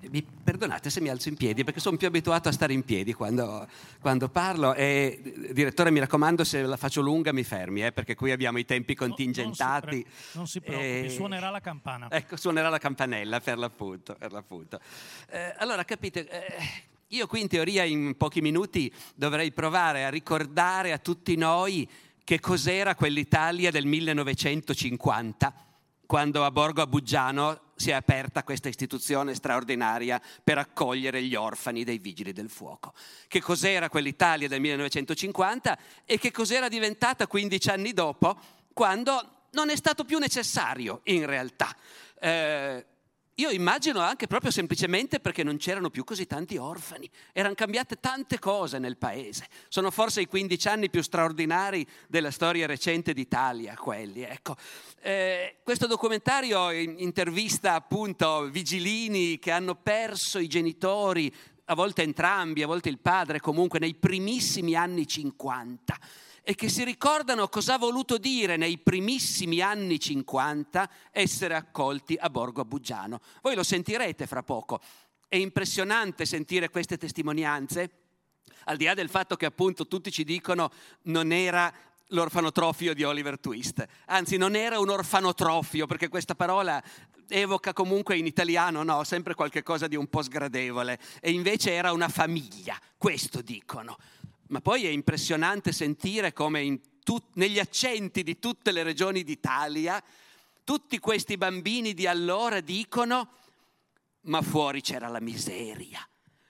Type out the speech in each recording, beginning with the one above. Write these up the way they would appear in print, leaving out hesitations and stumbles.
Perdonate se mi alzo in piedi, perché sono più abituato a stare in piedi quando parlo. E, direttore, mi raccomando, se la faccio lunga mi fermi, perché qui abbiamo i tempi contingentati. Non si preoccupi, suonerà la campana. Ecco, suonerà la campanella, per l'appunto. Allora, capite, io qui in teoria in pochi minuti dovrei provare a ricordare a tutti noi che cos'era quell'Italia del 1950, quando a Borgo a Buggiano si è aperta questa istituzione straordinaria per accogliere gli orfani dei Vigili del Fuoco. Che cos'era quell'Italia del 1950 e che cos'era diventata 15 anni dopo, quando non è stato più necessario in realtà. Io immagino anche proprio semplicemente perché non c'erano più così tanti orfani, erano cambiate tante cose nel paese. Sono forse i 15 anni più straordinari della storia recente d'Italia, quelli, ecco. Questo documentario intervista appunto vigilini che hanno perso i genitori, a volte entrambi, a volte il padre, comunque nei primissimi anni 50. E che si ricordano cosa ha voluto dire nei primissimi anni 50 essere accolti a Borgo a Buggiano. Voi lo sentirete fra poco. È impressionante sentire queste testimonianze, al di là del fatto che appunto tutti ci dicono non era l'orfanotrofio di Oliver Twist, anzi non era un orfanotrofio, perché questa parola evoca comunque in italiano sempre qualche cosa di un po' sgradevole, e invece era una famiglia, questo dicono. Ma poi è impressionante sentire come negli accenti di tutte le regioni d'Italia tutti questi bambini di allora dicono: ma fuori c'era la miseria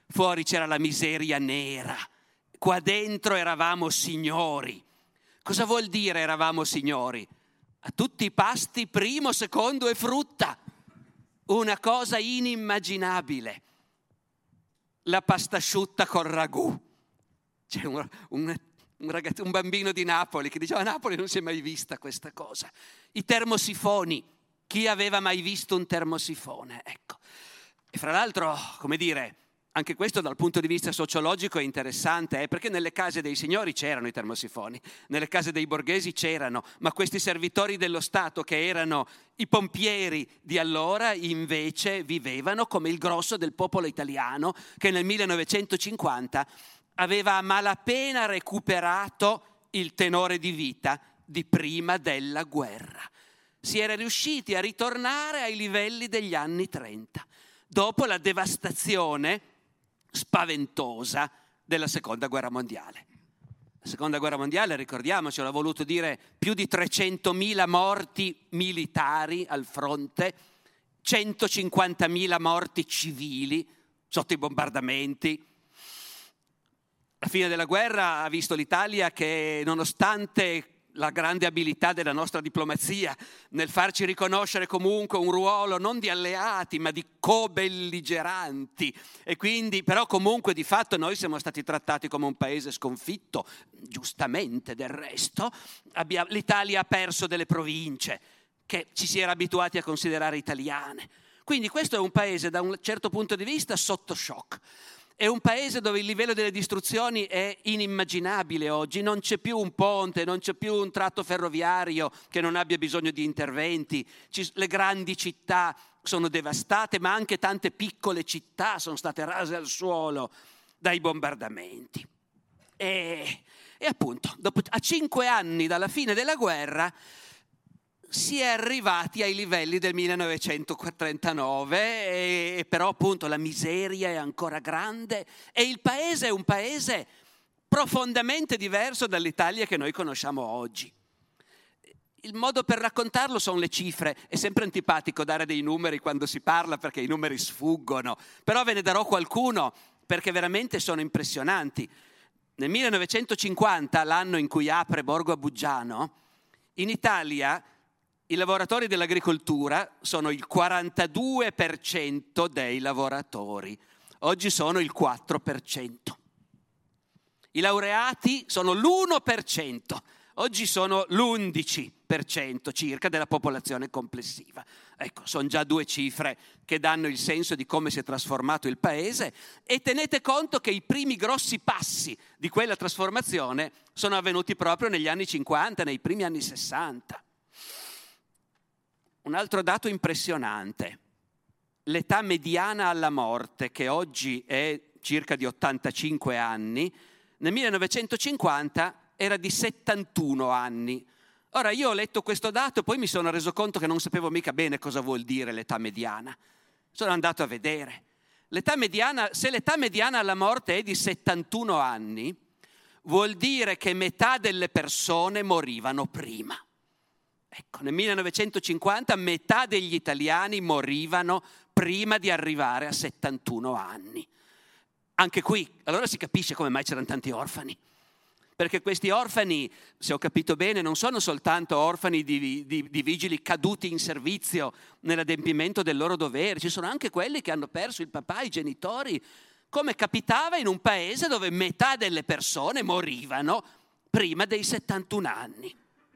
nera, qua dentro eravamo signori. Cosa vuol dire eravamo signori? A tutti i pasti primo, secondo e frutta, una cosa inimmaginabile. La pasta asciutta col ragù. C'è un bambino di Napoli che diceva: a Napoli non si è mai vista questa cosa. I termosifoni, chi aveva mai visto un termosifone? Ecco. E fra l'altro, come dire, anche questo dal punto di vista sociologico è interessante, perché nelle case dei signori c'erano i termosifoni, nelle case dei borghesi c'erano, ma questi servitori dello Stato che erano i pompieri di allora invece vivevano come il grosso del popolo italiano che nel 1950 aveva a malapena recuperato il tenore di vita di prima della guerra. Si era riusciti a ritornare ai livelli degli anni 30, dopo la devastazione spaventosa della Seconda Guerra Mondiale. La Seconda Guerra Mondiale, ricordiamocelo, ha voluto dire più di 300.000 morti militari al fronte, 150.000 morti civili sotto i bombardamenti. La fine della guerra ha visto l'Italia che, nonostante la grande abilità della nostra diplomazia nel farci riconoscere comunque un ruolo non di alleati ma di co-belligeranti, e quindi però comunque di fatto noi siamo stati trattati come un paese sconfitto, giustamente del resto. L'Italia ha perso delle province che ci si era abituati a considerare italiane. Quindi questo è un paese da un certo punto di vista sotto shock. È un paese dove il livello delle distruzioni è inimmaginabile oggi, non c'è più un ponte, non c'è più un tratto ferroviario che non abbia bisogno di interventi, le grandi città sono devastate, ma anche tante piccole città sono state rase al suolo dai bombardamenti. E appunto, a 5 anni dalla fine della guerra, si è arrivati ai livelli del 1939 e però appunto la miseria è ancora grande e il paese è un paese profondamente diverso dall'Italia che noi conosciamo oggi. Il modo per raccontarlo sono le cifre. È sempre antipatico dare dei numeri quando si parla perché i numeri sfuggono, però ve ne darò qualcuno perché veramente sono impressionanti. Nel 1950, l'anno in cui apre Borgo a Buggiano, in Italia i lavoratori dell'agricoltura sono il 42% dei lavoratori, oggi sono il 4%. I laureati sono l'1%, oggi sono l'11% circa della popolazione complessiva. Ecco, sono già 2 cifre che danno il senso di come si è trasformato il paese, e tenete conto che i primi grossi passi di quella trasformazione sono avvenuti proprio negli anni 50, nei primi anni 60. Un altro dato impressionante: l'età mediana alla morte, che oggi è circa di 85 anni, nel 1950 era di 71 anni. Ora, io ho letto questo dato e poi mi sono reso conto che non sapevo mica bene cosa vuol dire l'età mediana. Sono andato a vedere. Se l'età mediana alla morte è di 71 anni, vuol dire che metà delle persone morivano prima. Ecco, nel 1950 metà degli italiani morivano prima di arrivare a 71 anni. Anche qui, allora si capisce come mai c'erano tanti orfani. Perché questi orfani, se ho capito bene, non sono soltanto orfani di vigili caduti in servizio nell'adempimento del loro dovere, ci sono anche quelli che hanno perso il papà, i genitori, come capitava in un paese dove metà delle persone morivano prima dei 71 anni.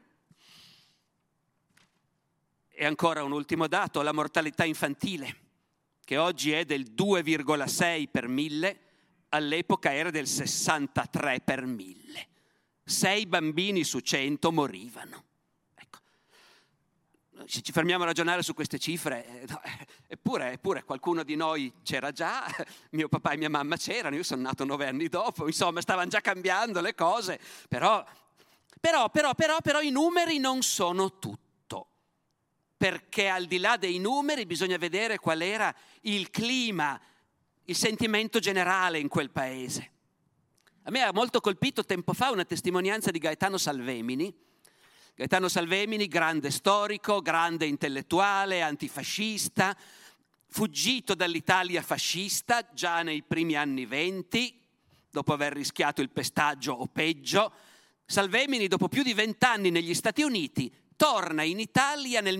E ancora un ultimo dato, la mortalità infantile, che oggi è del 2,6 per 1000, all'epoca era del 63 per 1000. 6 bambini su 100 morivano. Ecco. Se ci fermiamo a ragionare su queste cifre, eppure qualcuno di noi c'era già, mio papà e mia mamma c'erano, io sono nato 9 anni dopo, insomma stavano già cambiando le cose, però i numeri non sono tutto, perché al di là dei numeri bisogna vedere qual era il clima, il sentimento generale in quel paese. A me ha molto colpito tempo fa una testimonianza di Gaetano Salvemini. Gaetano Salvemini, grande storico, grande intellettuale, antifascista, fuggito dall'Italia fascista già nei primi anni '20, dopo aver rischiato il pestaggio o peggio. Salvemini, dopo più di 20 anni negli Stati Uniti, torna in Italia nel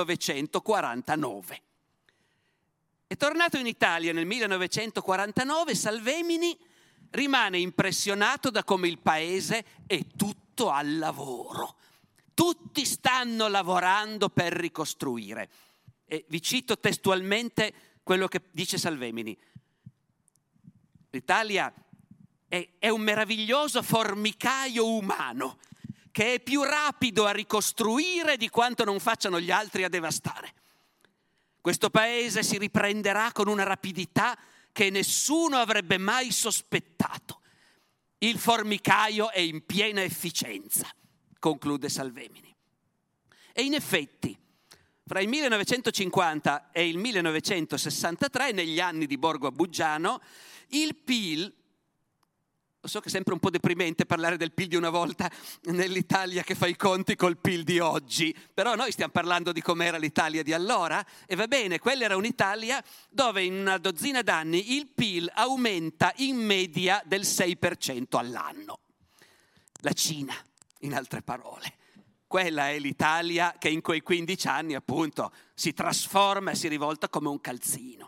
1949. È tornato in Italia nel 1949, Salvemini rimane impressionato da come il paese è tutto al lavoro. Tutti stanno lavorando per ricostruire. E vi cito testualmente quello che dice Salvemini. L'Italia è un meraviglioso formicaio umano che è più rapido a ricostruire di quanto non facciano gli altri a devastare. Questo paese si riprenderà con una rapidità che nessuno avrebbe mai sospettato. Il formicaio è in piena efficienza, conclude Salvemini. E in effetti, fra il 1950 e il 1963, negli anni di Borgo a Buggiano, il PIL, lo so che è sempre un po' deprimente parlare del PIL di una volta nell'Italia che fa i conti col PIL di oggi, però noi stiamo parlando di com'era l'Italia di allora e va bene, quella era un'Italia dove in una dozzina d'anni il PIL aumenta in media del 6% all'anno. La Cina, in altre parole. Quella è l'Italia che in quei 15 anni appunto si trasforma e si rivolta come un calzino.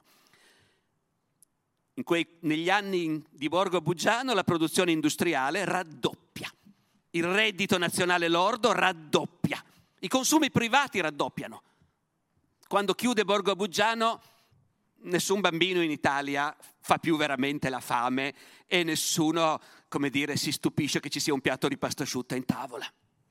Negli anni di Borgo a Buggiano la produzione industriale raddoppia, il reddito nazionale lordo raddoppia, i consumi privati raddoppiano. Quando chiude Borgo a Buggiano nessun bambino in Italia fa più veramente la fame e nessuno, come dire, si stupisce che ci sia un piatto di pasta asciutta in tavola.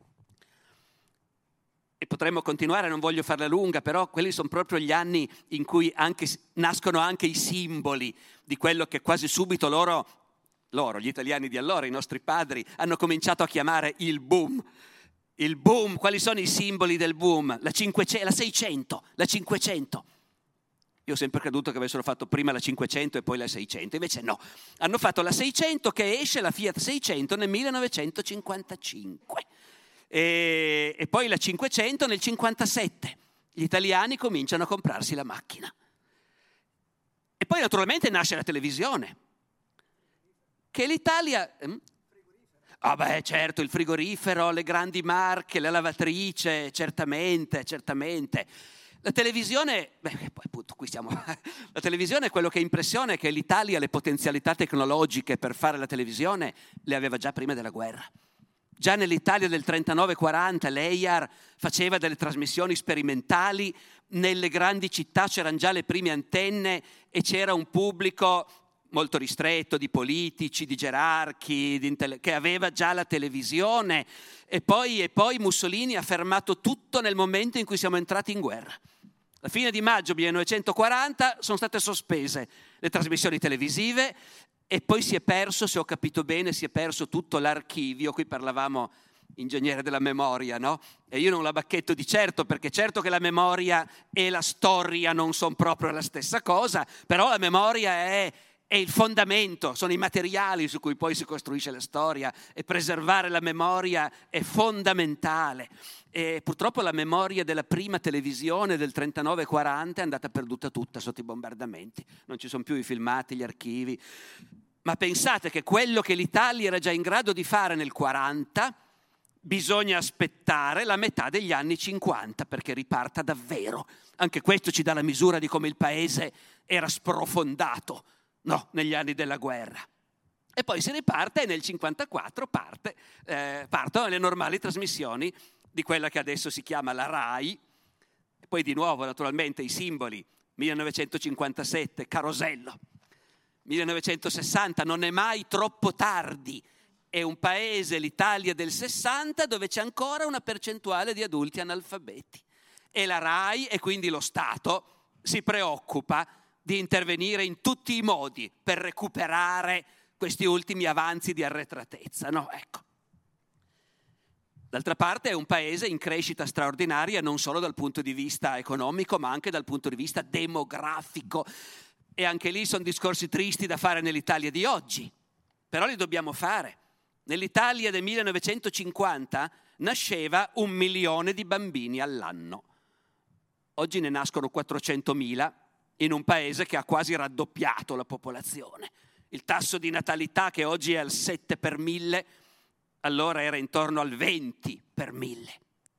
E potremmo continuare, non voglio farla lunga, però quelli sono proprio gli anni in cui nascono anche i simboli di quello che quasi subito loro, gli italiani di allora, i nostri padri, hanno cominciato a chiamare il boom. Il boom, quali sono i simboli del boom? La 600, la 500. Io ho sempre creduto che avessero fatto prima la 500 e poi la 600, invece no. Hanno fatto la 600 che esce la Fiat 600 nel 1955. E poi la 500 nel 57. Gli italiani cominciano a comprarsi la macchina. E poi naturalmente nasce la televisione. Che l'Italia... certo, il frigorifero, le grandi marche, la lavatrice, certamente. La televisione, poi appunto qui siamo... La televisione, quello che impressiona è che l'Italia le potenzialità tecnologiche per fare la televisione le aveva già prima della guerra. Già nell'Italia del 39-40 l'EIAR faceva delle trasmissioni sperimentali, nelle grandi città c'erano già le prime antenne e c'era un pubblico molto ristretto di politici, di gerarchi, che aveva già la televisione e poi Mussolini ha fermato tutto nel momento in cui siamo entrati in guerra. La fine di maggio 1940 sono state sospese le trasmissioni televisive e poi si è perso, se ho capito bene, si è perso tutto l'archivio. Qui parlavamo ingegnere della memoria, no? E io non la bacchetto di certo, perché certo che la memoria e la storia non sono proprio la stessa cosa, però la memoria è il fondamento, sono i materiali su cui poi si costruisce la storia, e preservare la memoria è fondamentale. E purtroppo la memoria della prima televisione del 39-40 è andata perduta tutta sotto i bombardamenti, non ci sono più i filmati, gli archivi. Ma pensate che quello che l'Italia era già in grado di fare nel 40 bisogna aspettare la metà degli anni 50 perché riparta davvero. Anche questo ci dà la misura di come il paese era sprofondato, no, negli anni della guerra. E poi si riparte e nel 54 partono le normali trasmissioni di quella che adesso si chiama la RAI. E poi di nuovo naturalmente i simboli: 1957 Carosello, 1960 non è mai troppo tardi, è un paese, l'Italia del 60, dove c'è ancora una percentuale di adulti analfabeti, e la RAI e quindi lo Stato si preoccupa di intervenire in tutti i modi per recuperare questi ultimi avanzi di arretratezza, no? Ecco. D'altra parte è un paese in crescita straordinaria non solo dal punto di vista economico ma anche dal punto di vista demografico, e anche lì sono discorsi tristi da fare nell'Italia di oggi, però li dobbiamo fare. Nell'Italia del 1950 nasceva 1 milione di bambini all'anno, oggi ne nascono 400.000 in un paese che ha quasi raddoppiato la popolazione. Il tasso di natalità, che oggi è al 7 per 1000, allora era intorno al 20 per 1000.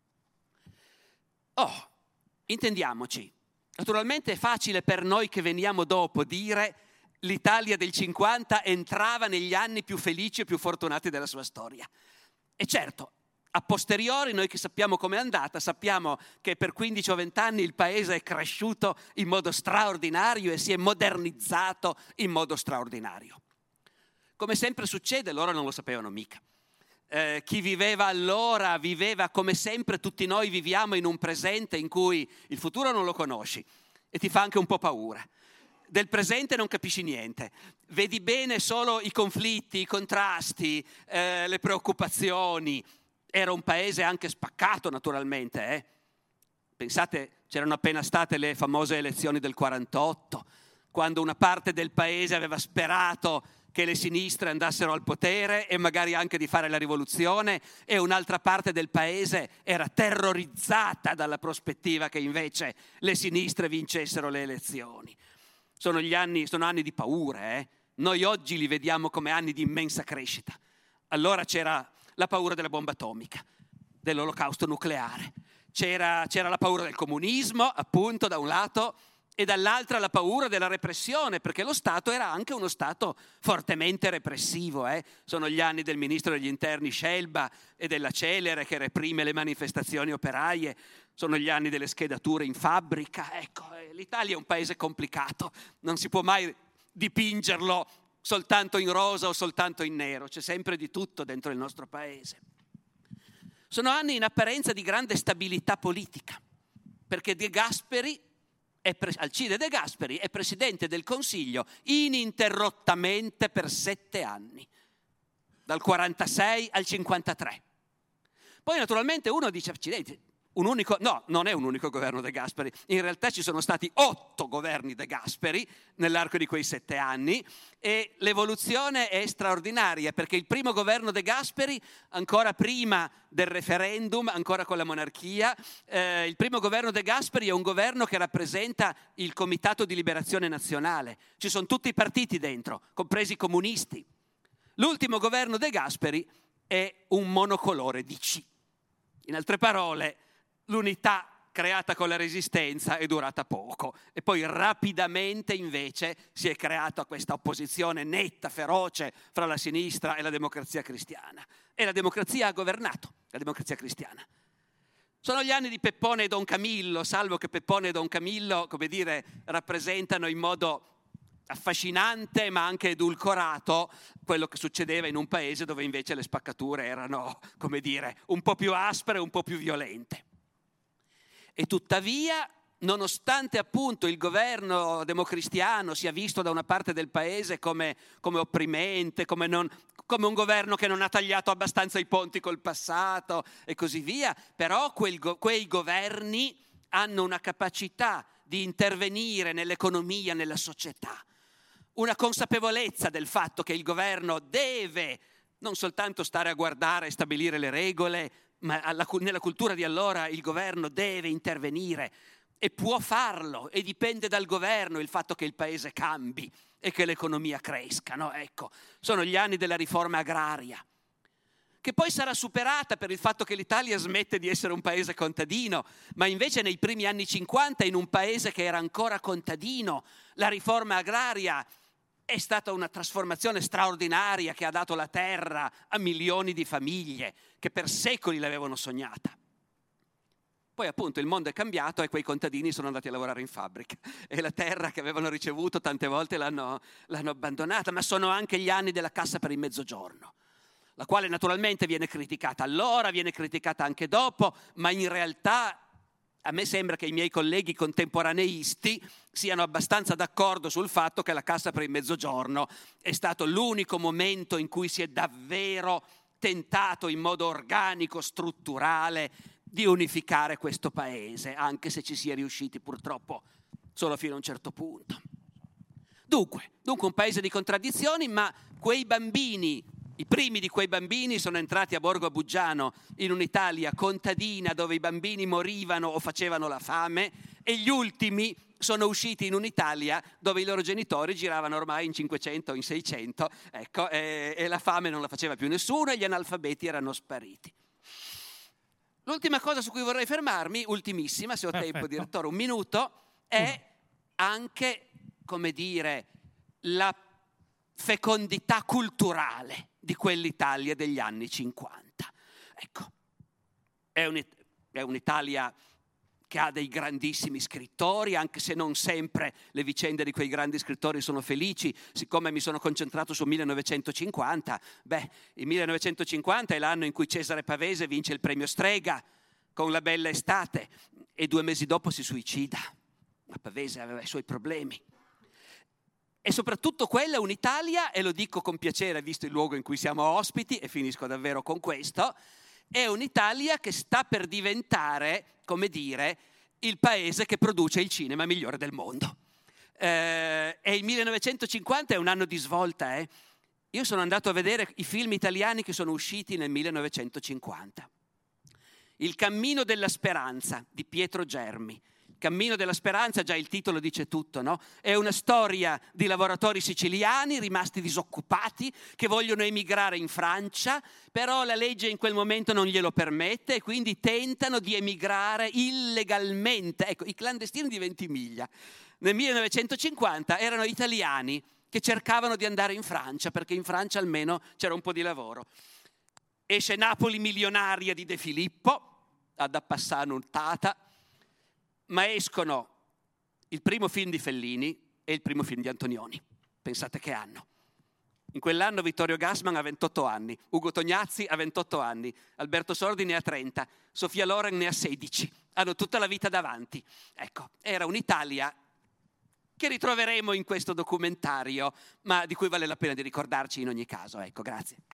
Oh, intendiamoci, naturalmente è facile per noi che veniamo dopo dire l'Italia del 50 entrava negli anni più felici e più fortunati della sua storia. E certo, a posteriori noi che sappiamo com'è andata, sappiamo che per 15 o 20 anni il paese è cresciuto in modo straordinario e si è modernizzato in modo straordinario. Come sempre succede, loro non lo sapevano mica. Chi viveva allora viveva come sempre tutti noi viviamo in un presente in cui il futuro non lo conosci e ti fa anche un po' paura. Del presente non capisci niente, vedi bene solo i conflitti, i contrasti, le preoccupazioni. Era un paese anche spaccato naturalmente. Pensate, c'erano appena state le famose elezioni del 48, quando una parte del paese aveva sperato che le sinistre andassero al potere e magari anche di fare la rivoluzione, e un'altra parte del paese era terrorizzata dalla prospettiva che invece le sinistre vincessero le elezioni. Sono anni di paura. Noi oggi li vediamo come anni di immensa crescita. Allora c'era la paura della bomba atomica, dell'olocausto nucleare, c'era la paura del comunismo, appunto, da un lato, e dall'altra la paura della repressione, perché lo Stato era anche uno Stato fortemente repressivo. Sono gli anni del ministro degli interni Scelba e della Celere che reprime le manifestazioni operaie, sono gli anni delle schedature in fabbrica. Ecco, l'Italia è un paese complicato, non si può mai dipingerlo soltanto in rosa o soltanto in nero, c'è sempre di tutto dentro il nostro paese. Sono anni in apparenza di grande stabilità politica, perché De Gasperi Alcide De Gasperi è presidente del Consiglio ininterrottamente per 7 anni, dal 46 al 53. Poi naturalmente uno dice, accidenti, no, non è un unico governo De Gasperi, in realtà ci sono stati 8 governi De Gasperi nell'arco di quei 7 anni, e l'evoluzione è straordinaria, perché il primo governo De Gasperi, ancora prima del referendum, ancora con la monarchia, il primo governo De Gasperi è un governo che rappresenta il Comitato di Liberazione Nazionale, ci sono tutti i partiti dentro, compresi i comunisti. L'ultimo governo De Gasperi è un monocolore DC. In altre parole, l'unità creata con la Resistenza è durata poco e poi rapidamente invece si è creata questa opposizione netta, feroce fra la sinistra e la Democrazia Cristiana, e la democrazia ha governato, la Democrazia Cristiana. Sono gli anni di Peppone e Don Camillo, salvo che Peppone e Don Camillo, come dire, rappresentano in modo affascinante ma anche edulcorato quello che succedeva in un paese dove invece le spaccature erano, come dire, un po' più aspre, un po' più violente. E tuttavia nonostante appunto il governo democristiano sia visto da una parte del paese come opprimente, come un governo che non ha tagliato abbastanza i ponti col passato e così via, però quei governi hanno una capacità di intervenire nell'economia, nella società, una consapevolezza del fatto che il governo deve non soltanto stare a guardare e stabilire le regole, ma nella cultura di allora il governo deve intervenire e può farlo, e dipende dal governo il fatto che il paese cambi e che l'economia cresca, no? Ecco, sono gli anni della riforma agraria, che poi sarà superata per il fatto che l'Italia smette di essere un paese contadino, ma invece nei primi anni 50, in un paese che era ancora contadino, la riforma agraria è stata una trasformazione straordinaria che ha dato la terra a milioni di famiglie che per secoli l'avevano sognata. Poi appunto il mondo è cambiato e quei contadini sono andati a lavorare in fabbrica e la terra che avevano ricevuto tante volte l'hanno abbandonata, ma sono anche gli anni della cassa per il mezzogiorno, la quale naturalmente viene criticata allora, viene criticata anche dopo, ma in realtà a me sembra che i miei colleghi contemporaneisti siano abbastanza d'accordo sul fatto che la cassa per il mezzogiorno è stato l'unico momento in cui si è davvero tentato in modo organico, strutturale, di unificare questo paese, anche se ci si è riusciti purtroppo solo fino a un certo punto. Dunque un paese di contraddizioni, ma quei bambini, i primi di quei bambini sono entrati a Borgo Buggiano in un'Italia contadina dove i bambini morivano o facevano la fame, e gli ultimi sono usciti in un'Italia dove i loro genitori giravano ormai in 500 o in 600, ecco, e la fame non la faceva più nessuno e gli analfabeti erano spariti. L'ultima cosa su cui vorrei fermarmi, ultimissima, se ho tempo, direttore, un minuto, è anche, come dire, la fecondità culturale di quell'Italia degli anni 50. Ecco, è un'Italia che ha dei grandissimi scrittori, anche se non sempre le vicende di quei grandi scrittori sono felici. Siccome mi sono concentrato su 1950, il 1950 è l'anno in cui Cesare Pavese vince il premio Strega con La bella estate e 2 mesi dopo si suicida. Ma Pavese aveva i suoi problemi. E soprattutto quella è un'Italia, e lo dico con piacere visto il luogo in cui siamo ospiti, e finisco davvero con questo, è un'Italia che sta per diventare, come dire, il paese che produce il cinema migliore del mondo. E il 1950 è un anno di svolta. Io sono andato a vedere i film italiani che sono usciti nel 1950. Il cammino della speranza di Pietro Germi. Cammino della speranza, già il titolo dice tutto, no? È una storia di lavoratori siciliani rimasti disoccupati che vogliono emigrare in Francia, però la legge in quel momento non glielo permette e quindi tentano di emigrare illegalmente. Ecco, i clandestini di Ventimiglia nel 1950 erano italiani che cercavano di andare in Francia perché in Francia almeno c'era un po' di lavoro. Esce Napoli milionaria di De Filippo, ad Appassano Tata, ma escono il primo film di Fellini e il primo film di Antonioni. Pensate che anno. In quell'anno Vittorio Gassman ha 28 anni, Ugo Tognazzi ha 28 anni, Alberto Sordi ne ha 30, Sofia Loren ne ha 16. Hanno tutta la vita davanti. Ecco, era un'Italia che ritroveremo in questo documentario, ma di cui vale la pena di ricordarci in ogni caso. Ecco, grazie.